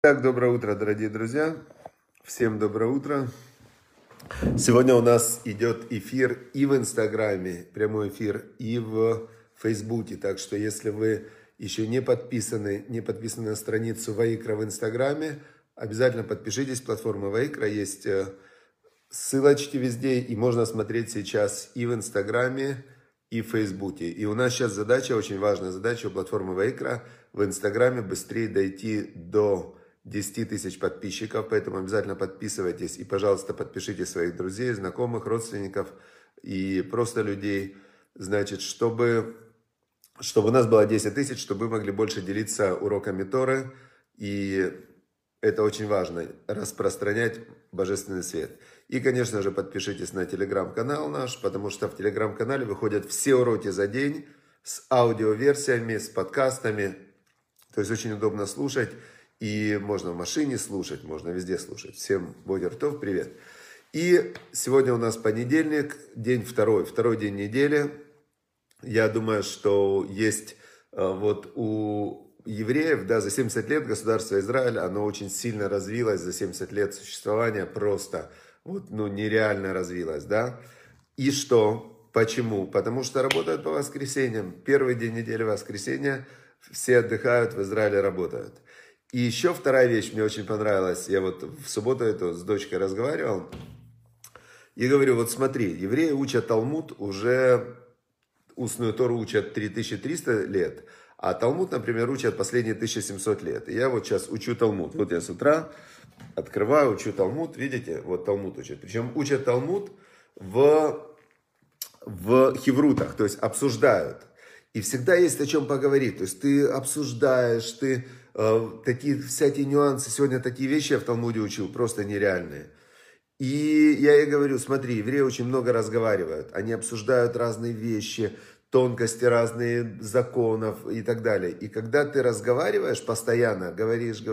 Так, доброе утро, дорогие друзья. Всем доброе утро. Сегодня у нас идет эфир и в Инстаграме, прямой эфир, и в Фейсбуке. Так что, если вы еще не подписаны на страницу Ваикра в Инстаграме, обязательно подпишитесь. Платформа Ваикра есть ссылочки везде, и можно смотреть сейчас и в Инстаграме, и в Фейсбуке. И у нас сейчас задача, очень важная задача у платформы Ваикра в Инстаграме быстрее дойти до 10 тысяч подписчиков, поэтому обязательно подписывайтесь и, пожалуйста, подпишите своих друзей, знакомых, родственников и просто людей, значит, чтобы у нас было 10 тысяч, чтобы мы могли больше делиться уроками Торы, и это очень важно, распространять божественный свет. И, конечно же, подпишитесь на телеграм-канал наш, потому что в телеграм-канале выходят все уроки за день с аудиоверсиями, с подкастами, то есть очень удобно слушать. И можно в машине слушать, можно везде слушать. Всем бодер-тов, привет. И сегодня у нас понедельник, день второй день недели. Я думаю, что есть вот у евреев, да, за 70 лет государство Израиль, оно очень сильно развилось, за 70 лет существования просто, вот, нереально развилось, да. И что? Почему? Потому что работают по воскресеньям. Первый день недели воскресенья, все отдыхают, в Израиле работают. И еще вторая вещь мне очень понравилась. Я вот в субботу это с дочкой разговаривал. И говорю, вот смотри, евреи учат Талмуд уже, устную Тору учат 3300 лет. А Талмуд, например, учат последние 1700 лет. И я вот сейчас учу Талмуд. Вот я с утра открываю, учу Талмуд. Видите, вот Талмуд учат. Причем учат Талмуд в хеврутах, то есть обсуждают. И всегда есть о чем поговорить. То есть ты обсуждаешь, ты такие всякие нюансы. Сегодня такие вещи я в Талмуде учил, просто нереальные. И я ей говорю, смотри, евреи очень много разговаривают. Они обсуждают разные вещи, тонкости разные законов и так далее. И когда ты разговариваешь постоянно, говоришь,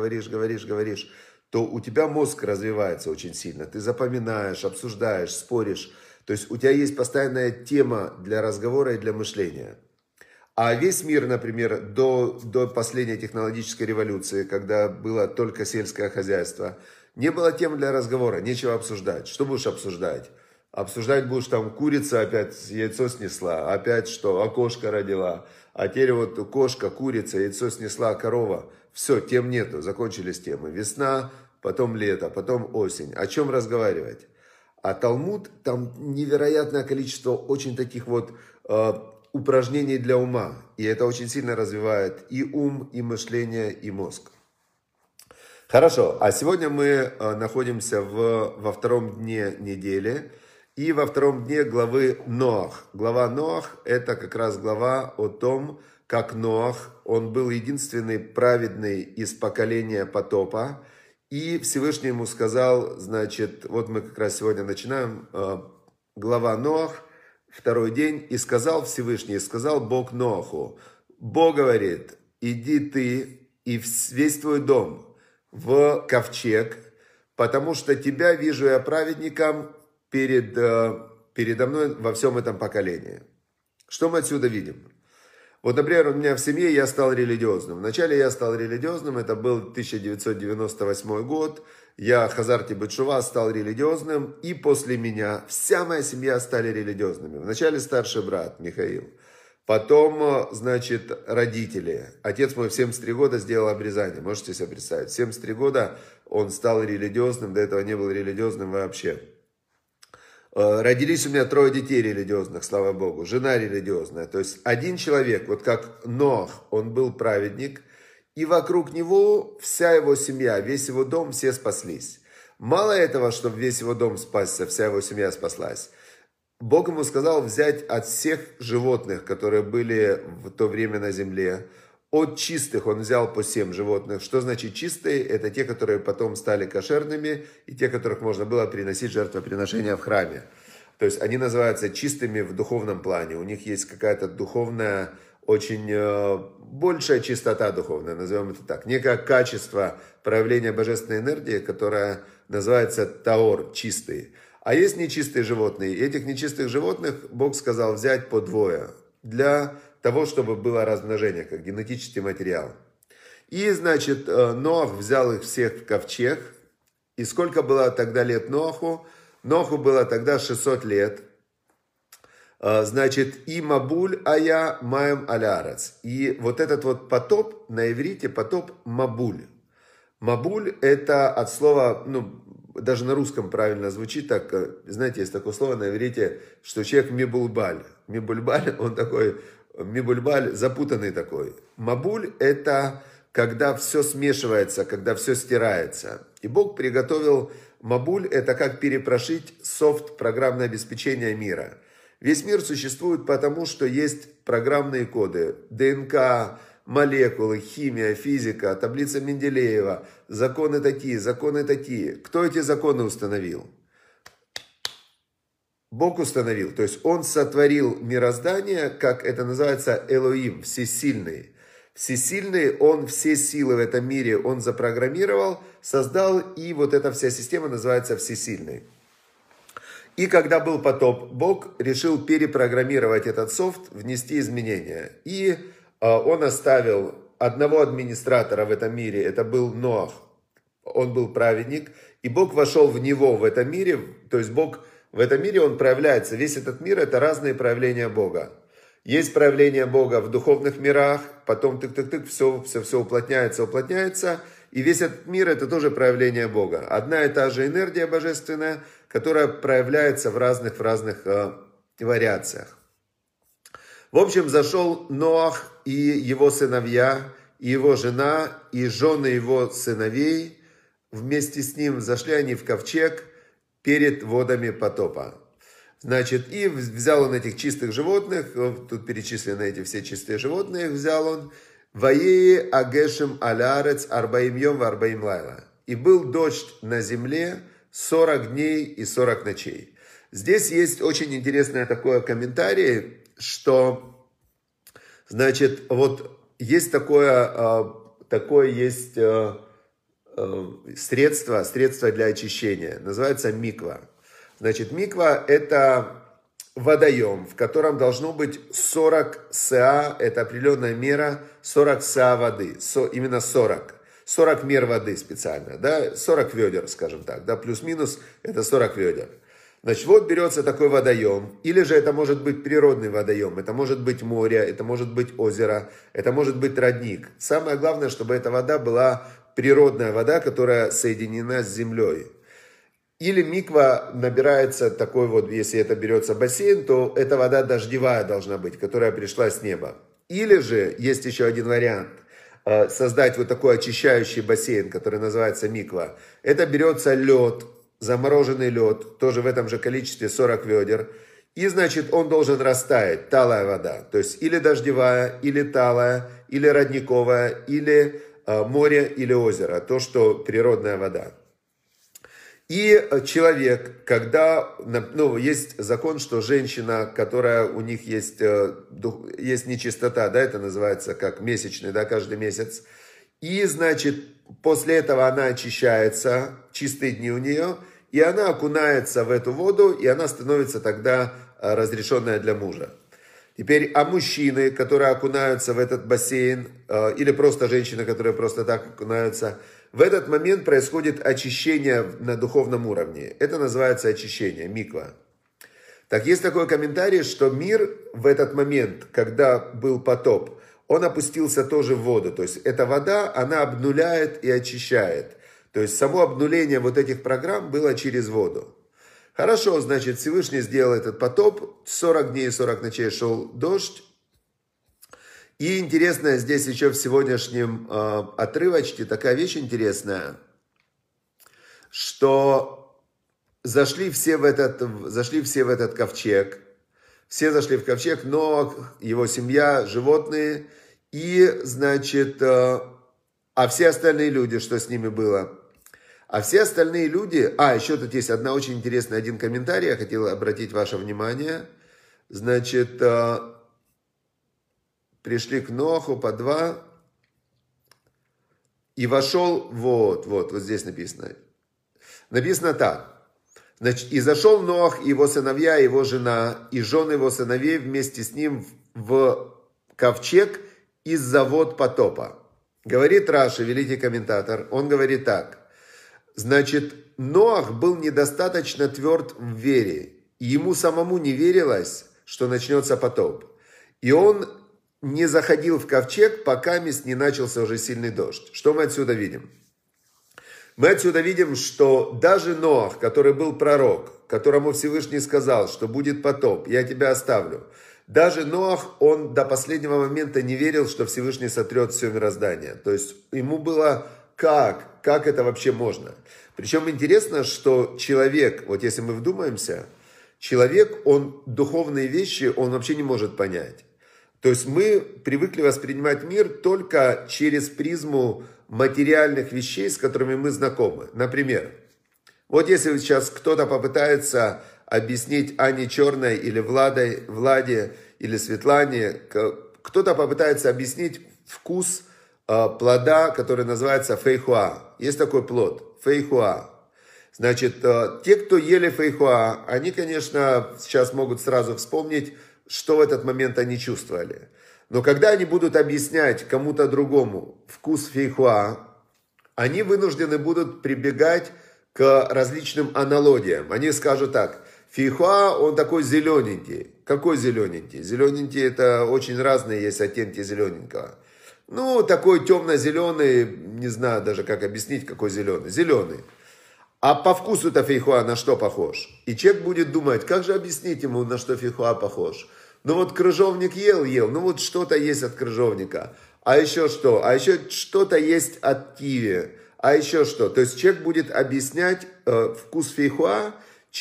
то у тебя мозг развивается очень сильно. Ты запоминаешь, обсуждаешь, споришь. То есть у тебя есть постоянная тема для разговора и для мышления. А весь мир, например, до последней технологической революции, когда было только сельское хозяйство, не было тем для разговора, нечего обсуждать. Что будешь обсуждать? Обсуждать будешь, там, курица опять яйцо снесла, опять что, окошко родила. А теперь вот кошка, курица, яйцо снесла, корова. Все, тем нету, закончились темы. Весна, потом лето, потом осень. О чем разговаривать? А Талмуд, там невероятное количество очень таких вот упражнений для ума. И это очень сильно развивает и ум, и мышление, и мозг. Хорошо, а сегодня мы находимся во втором дне недели. И во втором дне главы Ноах. Глава Ноах – это как раз глава о том, как Ноах, он был единственный праведный из поколения потопа. И Всевышний ему сказал, значит, вот мы как раз сегодня начинаем, глава Ноах, второй день, и сказал Всевышний, и сказал Бог Ноаху, Бог говорит, иди ты и весь твой дом в ковчег, потому что тебя вижу я праведником передо мной во всем этом поколении. Что мы отсюда видим? Вот, например, у меня в семье я стал религиозным. Вначале я стал религиозным, это был 1998 год. Я, Хазарти Бетшува, стал религиозным. И после меня вся моя семья стали религиозными. Вначале старший брат Михаил. Потом, значит, родители. Отец мой в 73 года сделал обрезание. Можете себе представить. В 73 года он стал религиозным. До этого не был религиозным вообще. Родились у меня 3 детей религиозных, слава Богу, жена религиозная. То есть один человек, вот как Ноах, он был праведник, и вокруг него вся его семья, весь его дом, все спаслись. Мало этого, чтобы весь его дом спасся, вся его семья спаслась. Бог ему сказал взять от всех животных, которые были в то время на земле, от чистых он взял по 7 животных. Что значит чистые? Это те, которые потом стали кошерными, и те, которых можно было приносить жертвоприношения в храме. То есть они называются чистыми в духовном плане. У них есть какая-то духовная, очень большая чистота духовная, назовем это так. Некое качество проявления божественной энергии, которое называется таор, чистый. А есть нечистые животные. Этих нечистых животных Бог сказал взять по 2 для того, чтобы было размножение, как генетический материал. И, значит, Ноах взял их всех в ковчег. И сколько было тогда лет Ноаху? Ноаху было тогда 600 лет. Значит, и Мабуль ая маем алярец. И вот этот вот потоп, на иврите потоп Мабуль. Мабуль это от слова, ну, даже на русском правильно звучит так, знаете, есть такое слово на иврите, что человек мибульбаль. Мибульбаль, он такой, мибульбаль запутанный такой. Мабуль это когда все смешивается, когда все стирается. И Бог приготовил Мабуль, это как перепрошить софт программное обеспечение мира. Весь мир существует потому, что есть программные коды, ДНК, молекулы, химия, физика, таблица Менделеева, законы такие, законы такие. Кто эти законы установил? Бог установил, то есть Он сотворил мироздание, как это называется, Элоим, всесильный. Всесильный, Он все силы в этом мире, Он запрограммировал, создал, и вот эта вся система называется всесильной. И когда был потоп, Бог решил перепрограммировать этот софт, внести изменения. И Он оставил одного администратора в этом мире, это был Ноах, он был праведник, и Бог вошел в него в этом мире, то есть Бог в этом мире, Он проявляется. Весь этот мир это разные проявления Бога. Есть проявление Бога в духовных мирах, потом тык-тык-тык, все уплотняется, и весь этот мир это тоже проявление Бога. Одна и та же энергия божественная, которая проявляется в разных вариациях. В общем, зашел Ноах и его сыновья, и его жена, и жены его сыновей, вместе с ним зашли они в ковчег перед водами потопа. Значит, и взял он этих чистых животных, тут перечислены эти все чистые животные, взял он, «Ваеи агешем алярец арбаим йом варбаим лайла». И был дождь на земле 40 дней и 40 ночей. Здесь есть очень интересное такое комментарий, что, значит, вот есть такое есть средство для очищения, называется миква. Значит, миква это водоем, в котором должно быть 40 са, это определенная мера, 40 са воды, именно 40 мер воды специально, да, 40 ведер, скажем так, да, плюс-минус это 40 ведер. Значит, вот берется такой водоем, или же это может быть природный водоем, это может быть море, это может быть озеро, это может быть родник. Самое главное, чтобы эта вода была природная вода, которая соединена с землей. Или миква набирается такой вот, если это берется бассейн, то эта вода дождевая должна быть, которая пришла с неба. Или же есть еще один вариант, создать вот такой очищающий бассейн, который называется миква. Это берется лед, замороженный лед, тоже в этом же количестве 40 ведер. И, значит, он должен растаять, талая вода. То есть или дождевая, или талая, или родниковая, или море, или озеро. То, что природная вода. И человек, когда, ну, есть закон, что женщина, которая у них есть нечистота, да, это называется как месячный, да, каждый месяц. И, значит, после этого она очищается, чистые дни у нее, и она окунается в эту воду, и она становится тогда разрешенная для мужа. Теперь, а мужчины, которые окунаются в этот бассейн, или просто женщины, которые просто так окунаются, в этот момент происходит очищение на духовном уровне. Это называется очищение, миква. Так, есть такой комментарий, что мир в этот момент, когда был потоп, он опустился тоже в воду. То есть, эта вода, она обнуляет и очищает. То есть, само обнуление вот этих программ было через воду. Хорошо, значит, Всевышний сделал этот потоп, 40 дней и 40 ночей шел дождь. И интересная здесь еще в сегодняшнем отрывочке такая вещь интересная, что зашли все в этот ковчег, все зашли в ковчег, Ноах, его семья, животные, и, значит, а все остальные люди, что с ними было? А все остальные люди, еще тут есть очень один комментарий, я хотел обратить ваше внимание, значит, пришли к Ноаху по 2, и вошел, вот здесь написано. Написано так. Значит, и зашел Ноах, и его сыновья, и его жена, и жены его сыновей вместе с ним в ковчег из-за вод потопа. Говорит Раши, великий комментатор, он говорит так. Значит, Ноах был недостаточно тверд в вере. И ему самому не верилось, что начнется потоп. И он не заходил в ковчег, пока не начался уже сильный дождь. Что мы отсюда видим? Мы отсюда видим, что даже Ноах, который был пророк, которому Всевышний сказал, что будет потоп, я тебя оставлю. Даже Ноах, он до последнего момента не верил, что Всевышний сотрет все мироздание. То есть ему было как это вообще можно? Причем интересно, что человек, вот если мы вдумаемся, человек, он духовные вещи, он вообще не может понять. То есть мы привыкли воспринимать мир только через призму материальных вещей, с которыми мы знакомы. Например, вот если сейчас кто-то попытается объяснить Ане Черной или Владе или Светлане, кто-то попытается объяснить вкус плода, который называется фейхуа. Есть такой плод, фейхуа. Значит, те, кто ели фейхуа, они, конечно, сейчас могут сразу вспомнить, что в этот момент они чувствовали. Но когда они будут объяснять кому-то другому вкус фейхуа, они вынуждены будут прибегать к различным аналогиям. Они скажут так: фейхуа, он такой зелененький. Какой зелененький? Зелененький — это очень разные есть оттенки зелененького. Ну, такой темно-зеленый, не знаю даже как объяснить, какой зеленый. Зеленый. А по вкусу-то фейхуа на что похож? И человек будет думать, как же объяснить ему, на что фейхуа похож? Ну вот крыжовник ел, ну вот что-то есть от крыжовника. А еще что? А еще что-то есть от киви. А еще что? То есть человек будет объяснять вкус фейхуа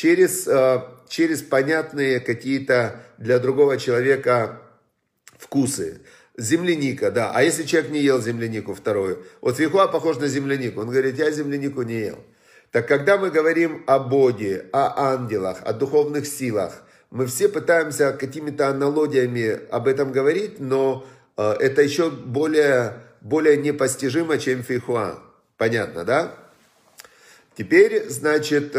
через понятные какие-то для другого человека вкусы. Земляника, да. А если человек не ел землянику вторую? Вот фейхуа похож на землянику. Он говорит, я землянику не ел. Так когда мы говорим о Боге, о ангелах, о духовных силах, мы все пытаемся какими-то аналогиями об этом говорить, но это еще более непостижимо, чем фейхуа. Понятно, да? Теперь, значит,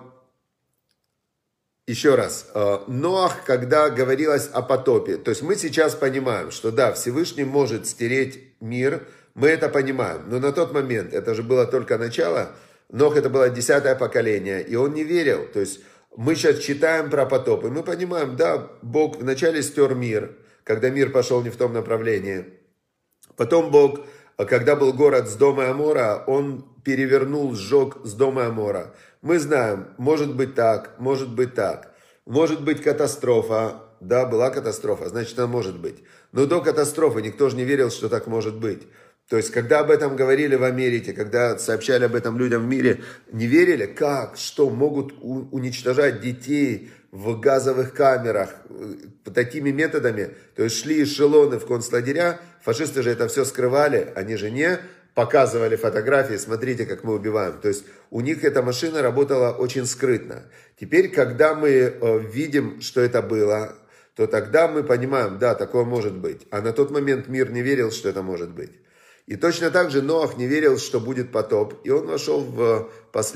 еще раз. Ноах, когда говорилось о потопе, то есть мы сейчас понимаем, что да, Всевышний может стереть мир, мы это понимаем. Но на тот момент, это же было только начало, Ноах это было 10-е поколение, и он не верил. То есть мы сейчас читаем про потоп, и мы понимаем, да, Бог вначале стер мир, когда мир пошел не в том направлении. Потом Бог, когда был город Сдом и Амора, он перевернул, сжег Сдом и Амора. Мы знаем, может быть так, может быть так. Может быть катастрофа. Да, была катастрофа, значит, она может быть. Но до катастрофы никто же не верил, что так может быть. То есть, когда об этом говорили в Америке, когда сообщали об этом людям в мире, не верили, как, что могут уничтожать детей в газовых камерах такими методами. То есть, шли эшелоны в концлагеря, фашисты же это все скрывали, они же не показывали фотографии, смотрите, как мы убиваем. То есть, у них эта машина работала очень скрытно. Теперь, когда мы видим, что это было, то тогда мы понимаем, да, такое может быть. А на тот момент мир не верил, что это может быть. И точно так же Ноах не верил, что будет потоп. И он вошел в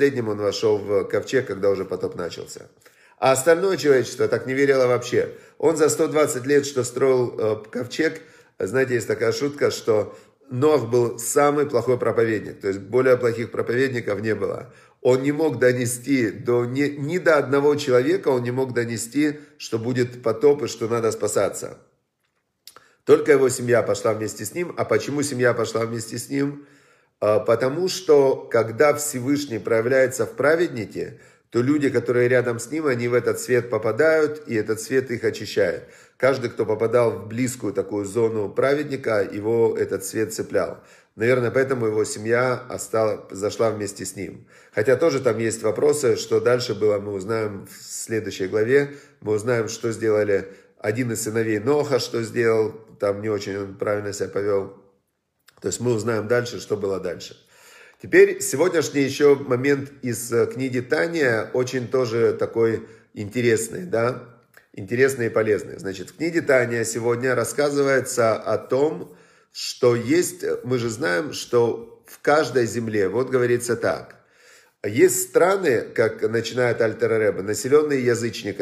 ковчег, когда уже потоп начался. А остальное человечество так не верило вообще. Он за 120 лет, что строил ковчег, знаете, есть такая шутка, что Ноах был самый плохой проповедник. То есть более плохих проповедников не было. Он не мог донести ни до одного человека, он не мог донести, что будет потоп и что надо спасаться. Только его семья пошла вместе с ним. А почему семья пошла вместе с ним? Потому что, когда Всевышний проявляется в праведнике, то люди, которые рядом с ним, они в этот свет попадают, и этот свет их очищает. Каждый, кто попадал в близкую такую зону праведника, его этот свет цеплял. Наверное, поэтому его семья зашла вместе с ним. Хотя тоже там есть вопросы, что дальше было, мы узнаем в следующей главе. Мы узнаем, что сделали один из сыновей Ноха, что сделал, там не очень он правильно себя повел. То есть мы узнаем дальше, что было дальше. Теперь сегодняшний еще момент из книги Таня, очень тоже такой интересный, да, интересный и полезный. Значит, в книге Таня сегодня рассказывается о том, что есть, мы же знаем, что в каждой земле, вот говорится так, есть страны, как начинает Альтер Ребе, населенные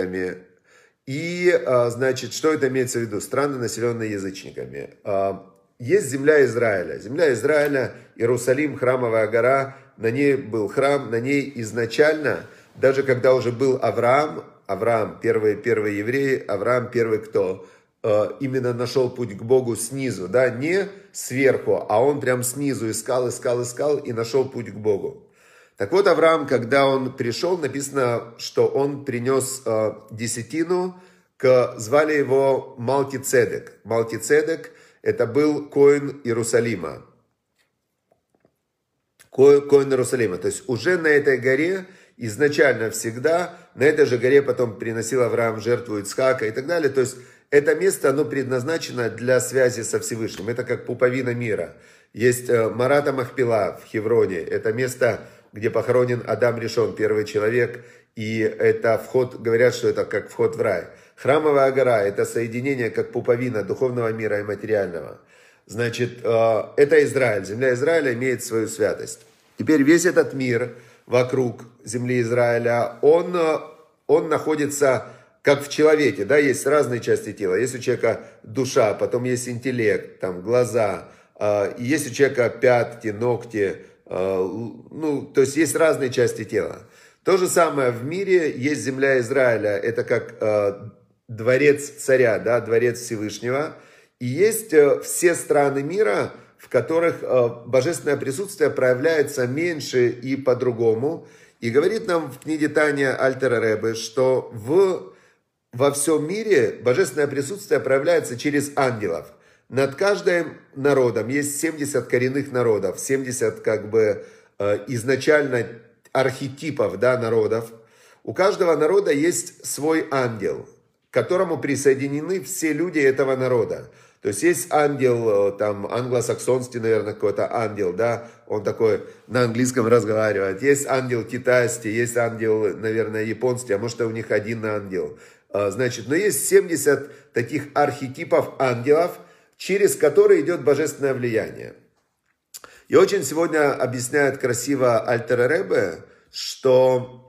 язычниками. И, значит, что это имеется в виду? Страны, населенные язычниками. есть земля Израиля. Земля Израиля, Иерусалим, храмовая гора, на ней был храм, на ней изначально, даже когда уже был Авраам, первый еврей, Авраам первый кто? Именно нашел путь к Богу снизу, да, не сверху, а он прям снизу искал и нашел путь к Богу. Так вот, Авраам, когда он пришел, написано, что он принес десятину, звали его Малкицедек. Малкицедек – это был коэн Иерусалима. Коэн Иерусалима. То есть уже на этой горе, изначально всегда, на этой же горе потом приносил Авраам жертву Ицхака и так далее. То есть это место, оно предназначено для связи со Всевышним. Это как пуповина мира. Есть Марата Махпила в Хевроне. Это место, где похоронен Адам Ришон, первый человек. И это вход, говорят, что это как вход в рай. Храмовая гора – это соединение как пуповина духовного мира и материального. Значит, это Израиль. Земля Израиля имеет свою святость. Теперь весь этот мир вокруг земли Израиля, он находится как в человеке, да, есть разные части тела. Есть у человека душа, потом есть интеллект, там, глаза, есть у человека пятки, ногти, то есть есть разные части тела. То же самое в мире, есть земля Израиля, это как дворец царя, да, дворец Всевышнего. И есть все страны мира, в которых божественное присутствие проявляется меньше и по-другому. И говорит нам в книге Таня Альтер Ребе, что во всем мире божественное присутствие проявляется через ангелов. Над каждым народом есть 70 коренных народов, 70 как бы изначально архетипов, да, народов. У каждого народа есть свой ангел, к которому присоединены все люди этого народа. То есть есть ангел, там, англосаксонский, наверное, какой-то ангел, да, он такой на английском разговаривает. Есть ангел китайский, есть ангел, наверное, японский, а может, у них один ангел. Значит, но есть 70 таких архетипов ангелов, через которые идет божественное влияние. И очень сегодня объясняет красиво Альтер Ребе, что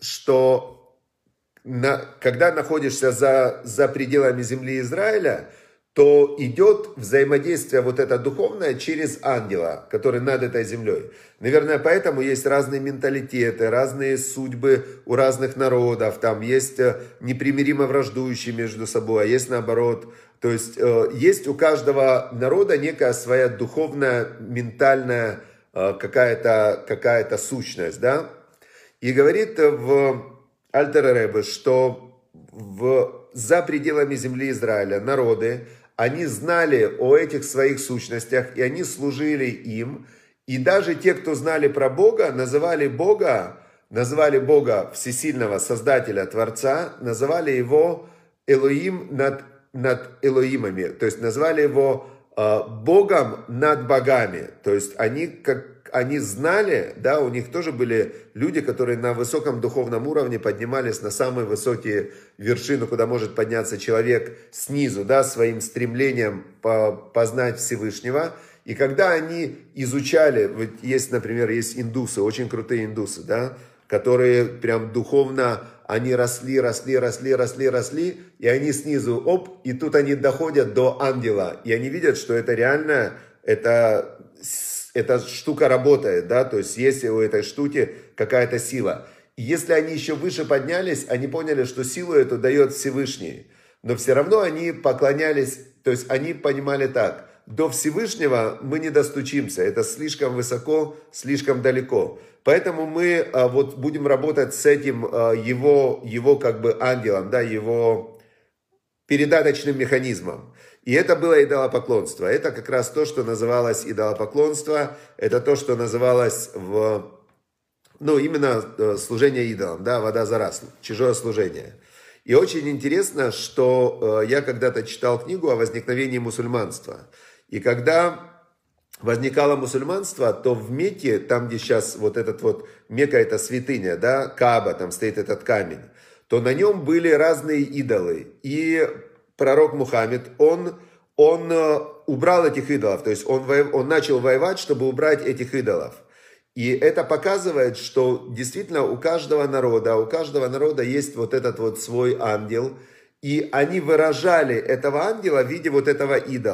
когда находишься за пределами земли Израиля, то идет взаимодействие вот это духовное через ангела, который над этой землей. Наверное, поэтому есть разные менталитеты, разные судьбы у разных народов. Там есть непримиримо враждующие между собой, а есть наоборот. То есть есть у каждого народа некая своя духовная, ментальная какая-то сущность, да? И говорит в Альтер Ребе, что за пределами земли Израиля народы, они знали о этих своих сущностях, и они служили им. И даже те, кто знали про Бога, называли Бога Всесильного Создателя, Творца, называли его Элоим над Элоимами. То есть назвали его Богом над богами. То есть они знали, да, у них тоже были люди, которые на высоком духовном уровне поднимались на самые высокие вершины, куда может подняться человек снизу, да, своим стремлением познать Всевышнего. И когда они изучали, вот есть, например, есть индусы, очень крутые индусы, да, которые прям духовно, они росли, и они снизу, и тут они доходят до ангела, и они видят, что это реально, эта штука работает, да, то есть есть у этой штуки какая-то сила. И если они еще выше поднялись, они поняли, что силу эту дает Всевышний. Но все равно они поклонялись, то есть они понимали так: до Всевышнего мы не достучимся, это слишком высоко, слишком далеко. Поэтому мы вот будем работать с этим его как бы ангелом, да, его передаточным механизмом. И это было идолопоклонство. Это как раз то, что называлось идолопоклонство. Это то, что называлось именно служение идолам, да, вода за раз, чужое служение. И очень интересно, что я когда-то читал книгу о возникновении мусульманства. И когда возникало мусульманство, то в Мекке, там, где сейчас вот этот вот Мекка, это святыня, да, Кааба, там стоит этот камень, то на нем были разные идолы. И пророк Мухаммед, он убрал этих идолов, то есть он начал воевать, чтобы убрать этих идолов. И это показывает, что действительно у каждого народа есть вот этот вот свой ангел, и они выражали этого ангела в виде вот этого идола.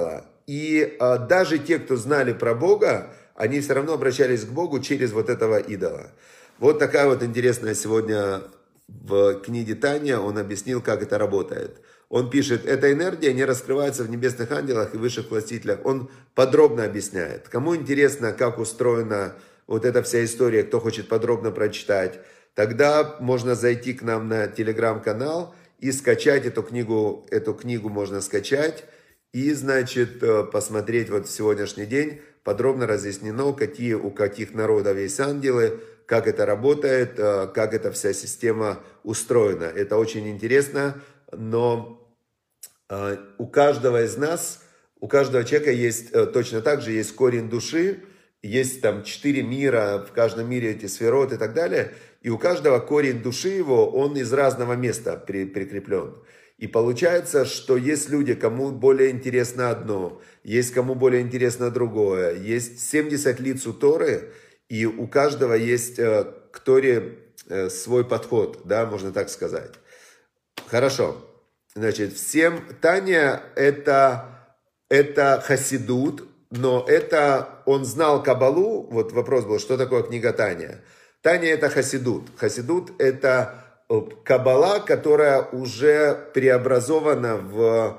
И даже те, кто знали про Бога, они все равно обращались к Богу через вот этого идола. Вот такая вот интересная сегодня в книге Таня, он объяснил, как это работает. Он пишет, эта энергия не раскрывается в небесных ангелах и высших властителях. Он подробно объясняет. Кому интересно, как устроена вот эта вся история, кто хочет подробно прочитать, тогда можно зайти к нам на телеграм-канал и скачать эту книгу. Эту книгу можно скачать и, значит, посмотреть вот в сегодняшний день. Подробно разъяснено, у каких народов есть ангелы, как это работает, как эта вся система устроена. Это очень интересно, но у каждого из нас, у каждого человека есть точно так же, есть корень души, есть там 4 мира, в каждом мире эти сферот и так далее, и у каждого корень души его, он из разного места прикреплен. И получается, что есть люди, кому более интересно одно, есть кому более интересно другое, есть 70 лиц у Торы, и у каждого есть к Торе свой подход, да, можно так сказать. Хорошо. Значит, всем Таня это хасидут, но это он знал Кабалу. Вот вопрос был, что такое книга Таня. Таня это хасидут. Хасидут это Кабала, которая уже преобразована в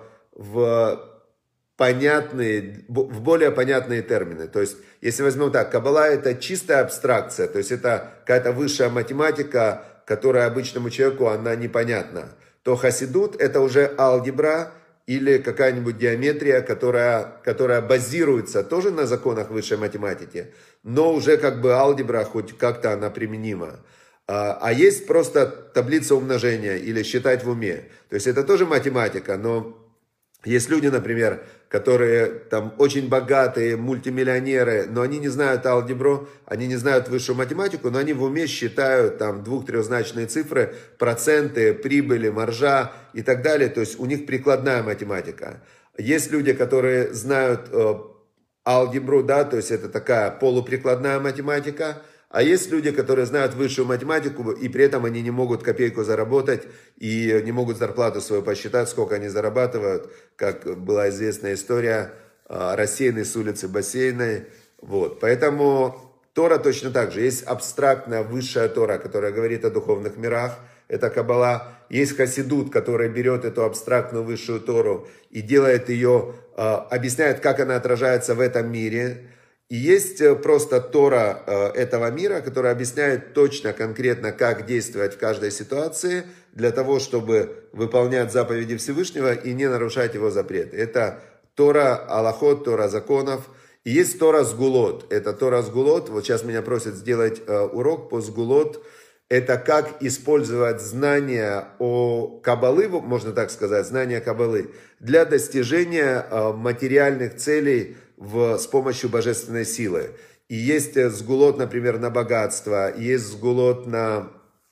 более понятные термины. То есть, если возьмем так, Кабала это чистая абстракция, то есть это какая-то высшая математика, которая обычному человеку она непонятна. То хасидут это уже алгебра или какая-нибудь геометрия, которая базируется тоже на законах высшей математики, но уже как бы алгебра, хоть как-то она применима. А есть просто таблица умножения или считать в уме. То есть это тоже математика, но есть люди, например, которые там очень богатые, мультимиллионеры, но они не знают алгебру, они не знают высшую математику, но они в уме считают там 2-3-значные цифры, проценты, прибыли, маржа и так далее. То есть у них прикладная математика. Есть люди, которые знают алгебру, да, то есть это такая полуприкладная математика. А есть люди, которые знают высшую математику, и при этом они не могут копейку заработать, и не могут зарплату свою посчитать, сколько они зарабатывают, как была известная история, рассеянный с улицы бассейной. Вот. Поэтому Тора точно так же. Есть абстрактная высшая Тора, которая говорит о духовных мирах, это Каббала. Есть хасидут, который берет эту абстрактную высшую Тору и делает ее, объясняет, как она отражается в этом мире. И есть просто Тора этого мира, которая объясняет точно, конкретно, как действовать в каждой ситуации, для того, чтобы выполнять заповеди Всевышнего и не нарушать его запреты. Это Тора Алахот, Тора законов. И есть Тора Сгулот. Это Тора Сгулот. Вот сейчас меня просят сделать урок по Сгулот. Это как использовать знания о Каббалы, можно так сказать, знания Каббалы, для достижения материальных целей с помощью божественной силы. И есть сгулот, например, на богатство, есть сгулот на...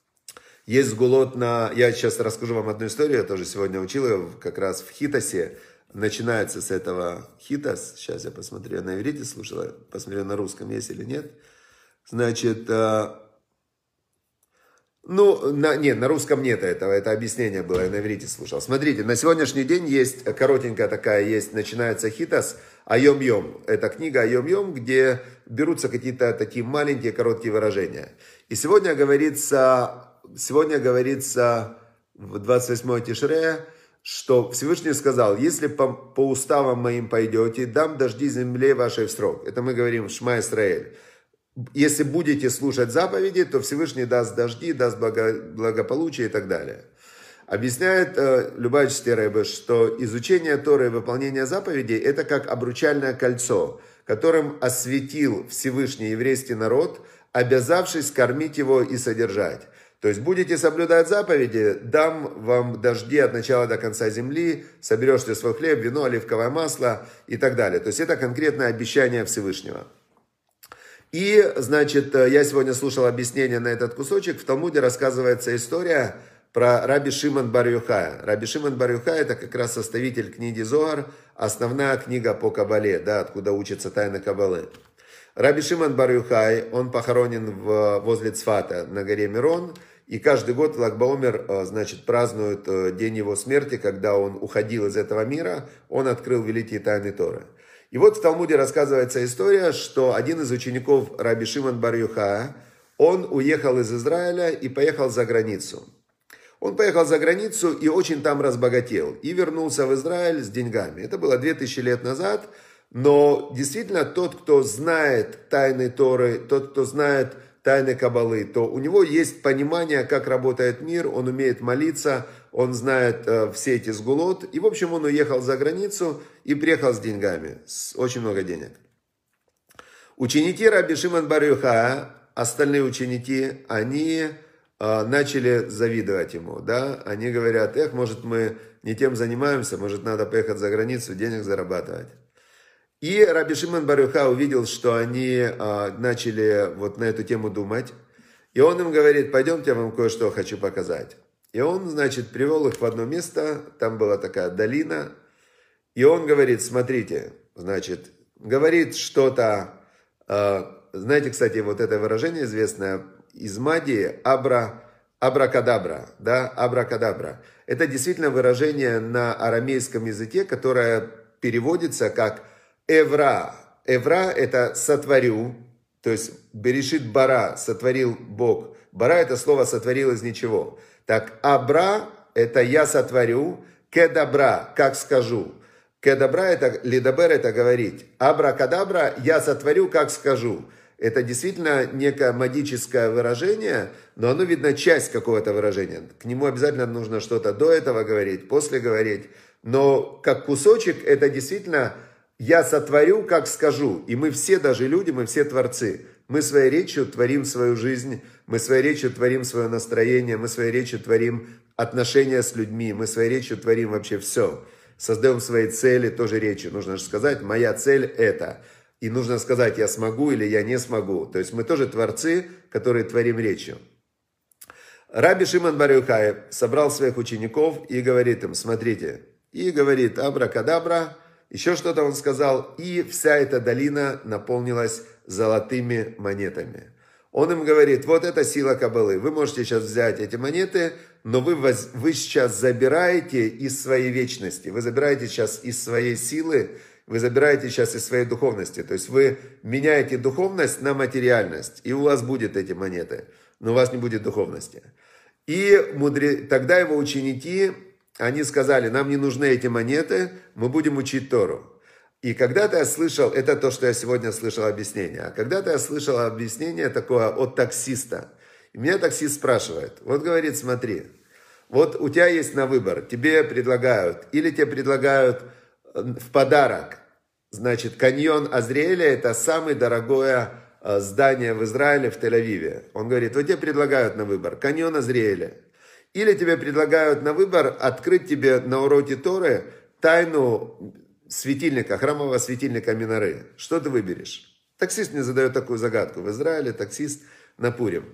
Я сейчас расскажу вам одну историю, я тоже сегодня учил ее как раз в Хитосе. Начинается с этого Хитос. Сейчас я посмотрю, я на иврите слушал, посмотрю, на русском есть или нет. Значит... на русском нет этого, это объяснение было, я на иврите слушал. Смотрите, на сегодняшний день есть, коротенькая такая есть, начинается Хитос, Айом-Йом. Это книга Айом-Йом, где берутся какие-то такие маленькие, короткие выражения. И сегодня говорится в 28 Тишре, что Всевышний сказал, если по уставам моим пойдете, дам дожди земле вашей в срок. Это мы говорим в Шма Исраэль. Если будете слушать заповеди, то Всевышний даст дожди, даст благополучие и так далее. Объясняет Любавичский Ребе, что изучение Торы и выполнение заповедей – это как обручальное кольцо, которым осветил Всевышний еврейский народ, обязавшись кормить его и содержать. То есть будете соблюдать заповеди, дам вам дожди от начала до конца земли, соберешь ты свой хлеб, вино, оливковое масло и так далее. То есть это конкретное обещание Всевышнего. И, значит, я сегодня слушал объяснение на этот кусочек. В Талмуде рассказывается история про Раби Шимон бар Йохая. Раби Шимон бар Йохая – это как раз составитель книги Зоар, основная книга по Кабале, да, откуда учатся тайны Кабалы. Раби Шимон бар Йохай, он похоронен возле Цфата на горе Мирон. И каждый год в Lag-BaOmer, значит, празднуют день его смерти, когда он уходил из этого мира, он открыл великие тайны Торы. И вот в Талмуде рассказывается история, что один из учеников Раби Шимон бар Йохая, он уехал из Израиля и поехал за границу. Он поехал за границу и очень там разбогател. И вернулся в Израиль с деньгами. Это было 2000 лет назад. Но действительно тот, кто знает тайны Торы, тот, кто знает тайны Каббалы, то у него есть понимание, как работает мир, он умеет молиться, он знает все эти сгулот. И в общем он уехал за границу и приехал с деньгами, с очень много денег. Ученики Раби Шимон бар Йохая, остальные ученики, они начали завидовать ему, да, они говорят, может мы не тем занимаемся, может надо поехать за границу, денег зарабатывать. И Раби Шимон бар Йохай увидел, что они начали вот на эту тему думать, и он им говорит, пойдемте, я вам кое-что хочу показать. И он, значит, привел их в одно место, там была такая долина, и он говорит, смотрите, значит, говорит что-то, знаете, кстати, вот это выражение известное, из Мадии абракадабра, да, абракадабра. Это действительно выражение на арамейском языке, которое переводится как эвра. Эвра это сотворю, то есть берешит бара, сотворил Бог. Бара это слово сотворил из ничего. Так абра это я сотворю, кедабра, как скажу. Кедабра это лидабер, это говорить. Абракадабра я сотворю, как скажу. Это действительно некое магическое выражение, но оно, видно, часть какого-то выражения. К нему обязательно нужно что-то до этого говорить, после говорить. Но как кусочек, это действительно я сотворю, как скажу. И мы все, даже люди, мы все творцы. Мы своей речью творим свою жизнь, мы своей речью творим свое настроение, мы своей речью творим отношения с людьми, мы своей речью творим вообще все. Создаем свои цели тоже речью. Нужно же сказать, моя цель это. И нужно сказать, я смогу или я не смогу. То есть мы тоже творцы, которые творим речью. Раби Шимон бар Йохай собрал своих учеников и говорит им, смотрите. И говорит, абракадабра, еще что-то он сказал. И вся эта долина наполнилась золотыми монетами. Он им говорит, вот это сила Каббалы. Вы можете сейчас взять эти монеты, но вы сейчас забираете из своей вечности. Вы забираете сейчас из своей силы. Вы забираете сейчас из своей духовности. То есть вы меняете духовность на материальность. И у вас будут эти монеты. Но у вас не будет духовности. И тогда его ученики, они сказали, нам не нужны эти монеты, мы будем учить Тору. И когда-то я слышал, это то, что я сегодня слышал объяснение. А когда-то я слышал объяснение такое от таксиста. И меня таксист спрашивает, вот говорит, смотри, вот у тебя есть на выбор, тебе предлагают, или тебе предлагают в подарок, значит, каньон Азриэля, это самое дорогое здание в Израиле, в Тель-Авиве. Он говорит, вот тебе предлагают на выбор каньон Азриэля. Или тебе предлагают на выбор открыть тебе на уроке Торы тайну светильника, храмового светильника Миноры. Что ты выберешь? Таксист мне задает такую загадку. В Израиле таксист на Пурим.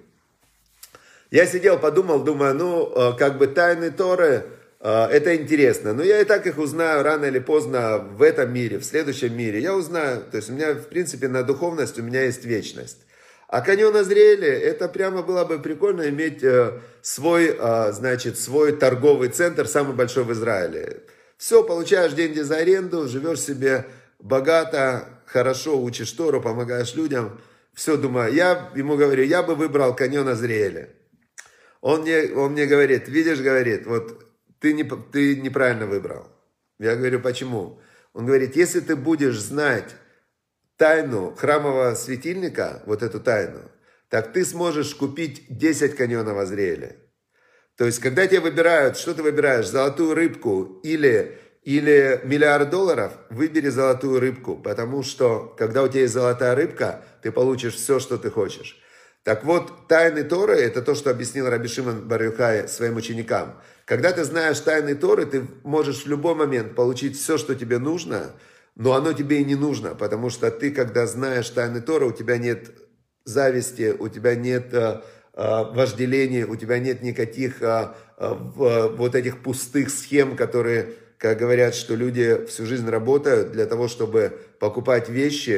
Я сидел, подумал, думаю, как бы тайны Торы, это интересно. Но я и так их узнаю рано или поздно в этом мире, в следующем мире. Я узнаю, то есть у меня, в принципе, на духовность у меня есть вечность. А каньон Азриэля, это прямо было бы прикольно иметь свой торговый центр, самый большой в Израиле. Все, получаешь деньги за аренду, живешь себе богато, хорошо, учишь Тору, помогаешь людям. Все, думаю, я ему говорю, я бы выбрал каньон Азриэля. Он мне говорит, видишь, говорит, вот ты неправильно выбрал. Я говорю, почему? Он говорит, если ты будешь знать тайну храмового светильника, вот эту тайну, так ты сможешь купить 10 каньонов Азриэля. То есть, когда тебя выбирают, что ты выбираешь, золотую рыбку или $1 миллиард, выбери золотую рыбку, потому что, когда у тебя есть золотая рыбка, ты получишь все, что ты хочешь. Так вот, тайны Торы, это то, что объяснил Раби Шимон бар Йохай своим ученикам. Когда ты знаешь тайны Торы, ты можешь в любой момент получить все, что тебе нужно, но оно тебе и не нужно, потому что ты, когда знаешь тайны Торы, у тебя нет зависти, у тебя нет вожделения, у тебя нет никаких вот этих пустых схем, которые, как говорят, что люди всю жизнь работают для того, чтобы покупать вещи,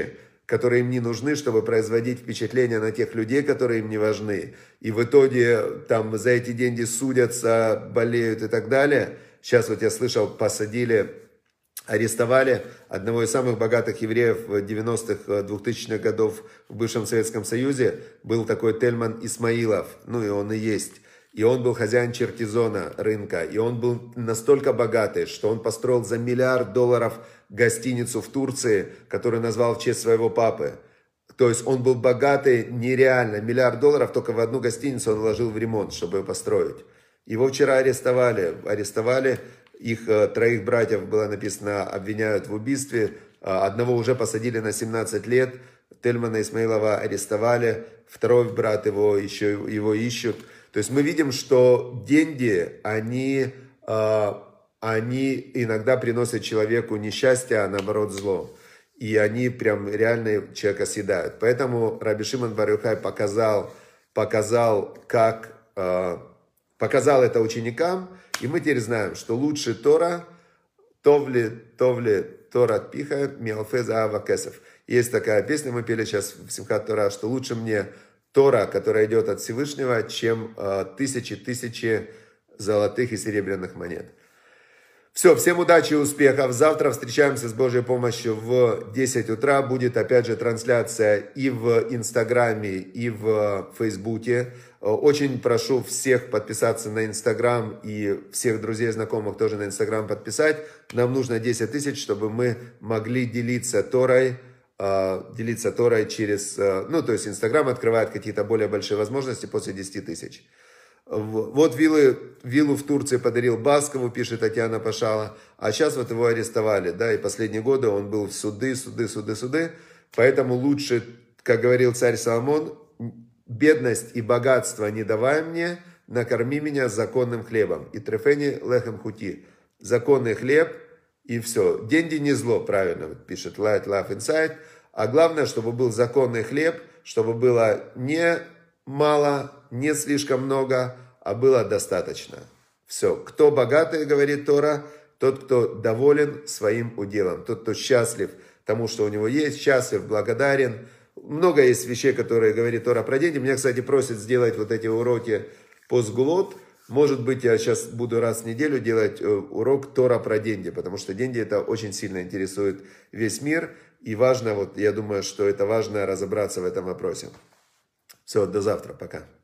которые им не нужны, чтобы производить впечатление на тех людей, которые им не важны. И в итоге там за эти деньги судятся, болеют и так далее. Сейчас вот я слышал, арестовали одного из самых богатых евреев 90-х, 2000-х годов в бывшем Советском Союзе. Был такой Тельман Исмаилов, ну и он и есть. И он был хозяин Черкизона, рынка. И он был настолько богатый, что он построил за $1 миллиард гостиницу в Турции, которую назвал в честь своего папы. То есть он был богатый нереально. $1 миллиард только в одну гостиницу он вложил в ремонт, чтобы ее построить. Его вчера арестовали. Их 3 братьев, было написано, обвиняют в убийстве. Одного уже посадили на 17 лет. Тельмана Исмаилова арестовали. 2-й брат его ищут. То есть мы видим, что деньги, они иногда приносят человеку не счастье, а наоборот зло. И они прям реально человека съедают. Поэтому Раби Шимон бар Йохай показал это ученикам. И мы теперь знаем, что лучше Тора, товли Тора пиха, миалфе заава кесов. Есть такая песня, мы пели сейчас в Симхат Тора, что лучше мне Тора, которая идет от Всевышнего, чем тысячи золотых и серебряных монет. Все, всем удачи и успехов. Завтра встречаемся с Божьей помощью в 10 утра. Будет опять же трансляция и в Инстаграме, и в Фейсбуке. Очень прошу всех подписаться на Инстаграм и всех друзей и знакомых тоже на Инстаграм подписать. Нам нужно 10 тысяч, чтобы мы могли делиться Торой через... то есть Инстаграм открывает какие-то более большие возможности после 10 тысяч. Вот виллу в Турции подарил Баскову, пишет Татьяна Пашала, а сейчас вот его арестовали, да, и последние годы он был в суды, поэтому лучше, как говорил царь Соломон, бедность и богатство не давай мне, накорми меня законным хлебом, и трефени лехем хути, законный хлеб, и все, деньги не зло, правильно пишет Light Love Inside, а главное, чтобы был законный хлеб, чтобы было не мало, не слишком много, а было достаточно. Все. Кто богатый, говорит Тора, тот, кто доволен своим уделом, тот, кто счастлив тому, что у него есть, счастлив, благодарен. Много есть вещей, которые говорит Тора про деньги. Меня, кстати, просят сделать вот эти уроки по сгулот. Может быть, я сейчас буду раз в неделю делать урок Тора про деньги, потому что деньги это очень сильно интересует весь мир. И важно, вот я думаю, что это важно разобраться в этом вопросе. Все, до завтра, пока.